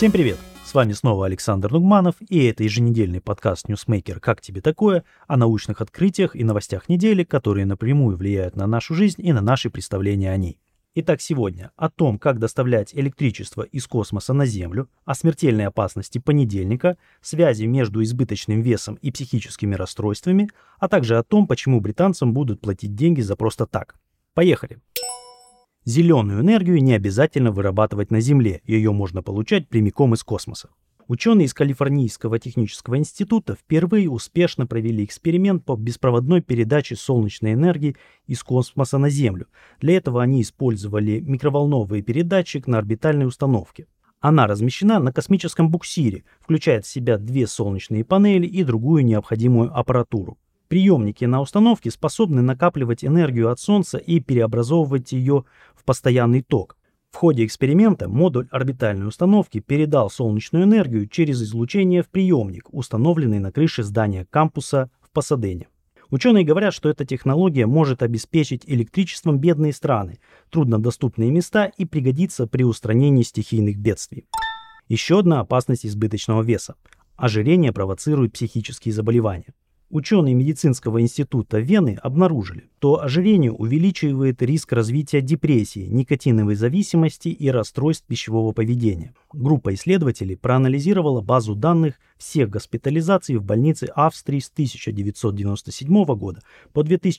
Всем привет! С вами снова Александр Нугманов, и это еженедельный подкаст Newsmaker «Как тебе такое?» о научных открытиях и новостях недели, которые напрямую влияют на нашу жизнь и на наши представления о ней. Итак, сегодня о том, как доставлять электричество из космоса на Землю, о смертельной опасности понедельника, связи между избыточным весом и психическими расстройствами, а также о том, почему британцам будут платить деньги за просто так. Поехали! Зеленую энергию не обязательно вырабатывать на Земле, ее можно получать прямиком из космоса. Ученые из Калифорнийского технического института впервые успешно провели эксперимент по беспроводной передаче солнечной энергии из космоса на Землю. Для этого они использовали микроволновый передатчик на орбитальной установке. Она размещена на космическом буксире, включает в себя две солнечные панели и другую необходимую аппаратуру. Приемники на установке способны накапливать энергию от Солнца и переобразовывать ее в постоянный ток. В ходе эксперимента модуль орбитальной установки передал солнечную энергию через излучение в приемник, установленный на крыше здания кампуса в Пасадене. Ученые говорят, что эта технология может обеспечить электричеством бедные страны, труднодоступные места и пригодится при устранении стихийных бедствий. Еще одна опасность избыточного веса. Ожирение провоцирует психические заболевания. Ученые медицинского института Вены обнаружили, что ожирение увеличивает риск развития депрессии, никотиновой зависимости и расстройств пищевого поведения. Группа исследователей проанализировала базу данных всех госпитализаций в больнице Австрии с 1997 года по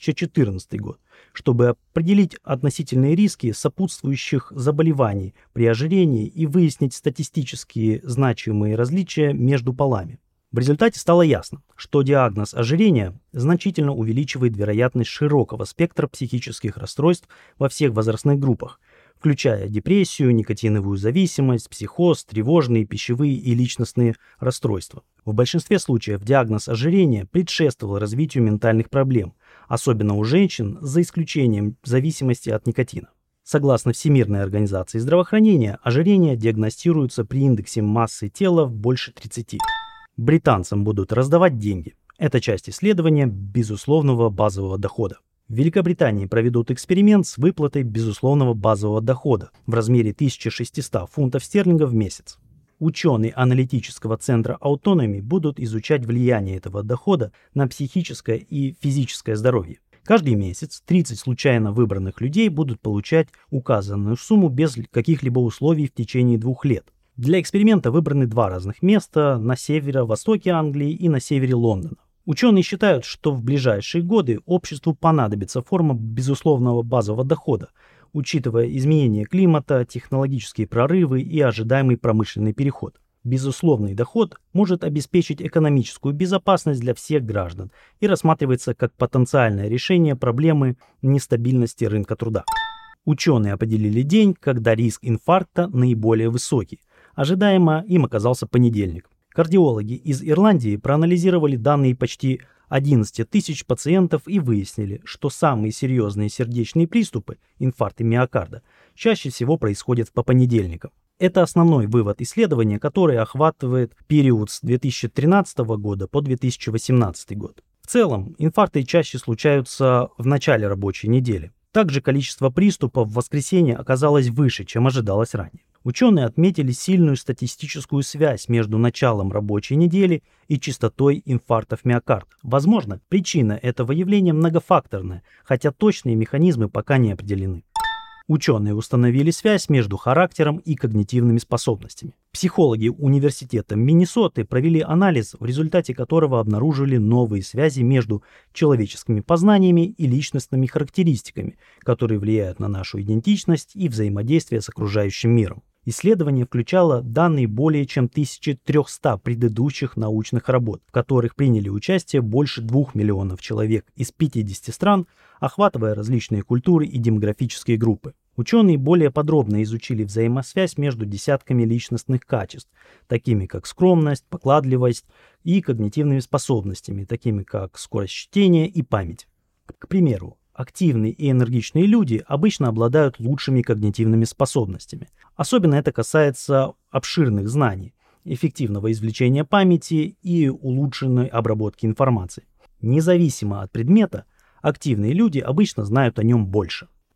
2014 год, чтобы определить относительные риски сопутствующих заболеваний при ожирении и выяснить статистически значимые различия между полами. В результате стало ясно, что диагноз ожирения значительно увеличивает вероятность широкого спектра психических расстройств во всех возрастных группах, включая депрессию, никотиновую зависимость, психоз, тревожные, пищевые и личностные расстройства. В большинстве случаев диагноз ожирения предшествовал развитию ментальных проблем, особенно у женщин, за исключением зависимости от никотина. Согласно Всемирной организации здравоохранения, ожирение диагностируется при индексе массы тела больше 30. Британцам будут раздавать деньги. Это часть исследования безусловного базового дохода. В Великобритании проведут эксперимент с выплатой безусловного базового дохода в размере 1600 фунтов стерлингов в месяц. Ученые аналитического центра Autonomy будут изучать влияние этого дохода на психическое и физическое здоровье. Каждый месяц 30 случайно выбранных людей будут получать указанную сумму без каких-либо условий в течение 2 лет. Для эксперимента выбраны 2 разных места на северо-востоке Англии и на севере Лондона. Ученые считают, что в ближайшие годы обществу понадобится форма безусловного базового дохода, учитывая изменения климата, технологические прорывы и ожидаемый промышленный переход. Безусловный доход может обеспечить экономическую безопасность для всех граждан и рассматривается как потенциальное решение проблемы нестабильности рынка труда. Ученые определили день, когда риск инфаркта наиболее высокий. Ожидаемо им оказался понедельник. Кардиологи из Ирландии проанализировали данные почти 11 тысяч пациентов и выяснили, что самые серьезные сердечные приступы, инфаркты миокарда, чаще всего происходят по понедельникам. Это основной вывод исследования, который охватывает период с 2013 года по 2018 год. В целом, инфаркты чаще случаются в начале рабочей недели. Также количество приступов в воскресенье оказалось выше, чем ожидалось ранее. Ученые отметили сильную статистическую связь между началом рабочей недели и частотой инфарктов миокарда. Возможно, причина этого явления многофакторная, хотя точные механизмы пока не определены. Ученые установили связь между характером и когнитивными способностями. Психологи университета Миннесоты провели анализ, в результате которого обнаружили новые связи между человеческими познаниями и личностными характеристиками, которые влияют на нашу идентичность и взаимодействие с окружающим миром. Исследование включало данные более чем 1300 предыдущих научных работ, в которых приняли участие больше 2 миллионов человек из 50 стран, охватывая различные культуры и демографические группы. Ученые более подробно изучили взаимосвязь между десятками личностных качеств, такими как скромность, покладливость и когнитивными способностями, такими как скорость чтения и память. К примеру, активные и энергичные люди обычно обладают лучшими когнитивными способностями. Особенно это касается обширных знаний, эффективного извлечения памяти и улучшенной обработки информации. Независимо от предмета, активные люди обычно знают о нем больше.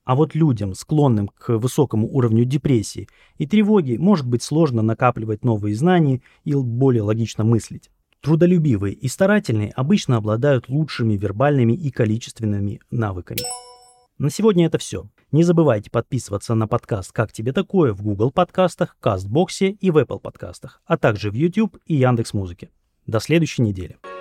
А вот людям, склонным к высокому уровню депрессии и тревоги, может быть сложно накапливать новые знания и более логично мыслить. Трудолюбивые и старательные обычно обладают лучшими вербальными и количественными навыками. На сегодня это все. Не забывайте подписываться на подкаст «Как тебе такое» в Google подкастах, Кастбоксе и в Apple подкастах, а также в YouTube и Яндекс.Музыке. До следующей недели.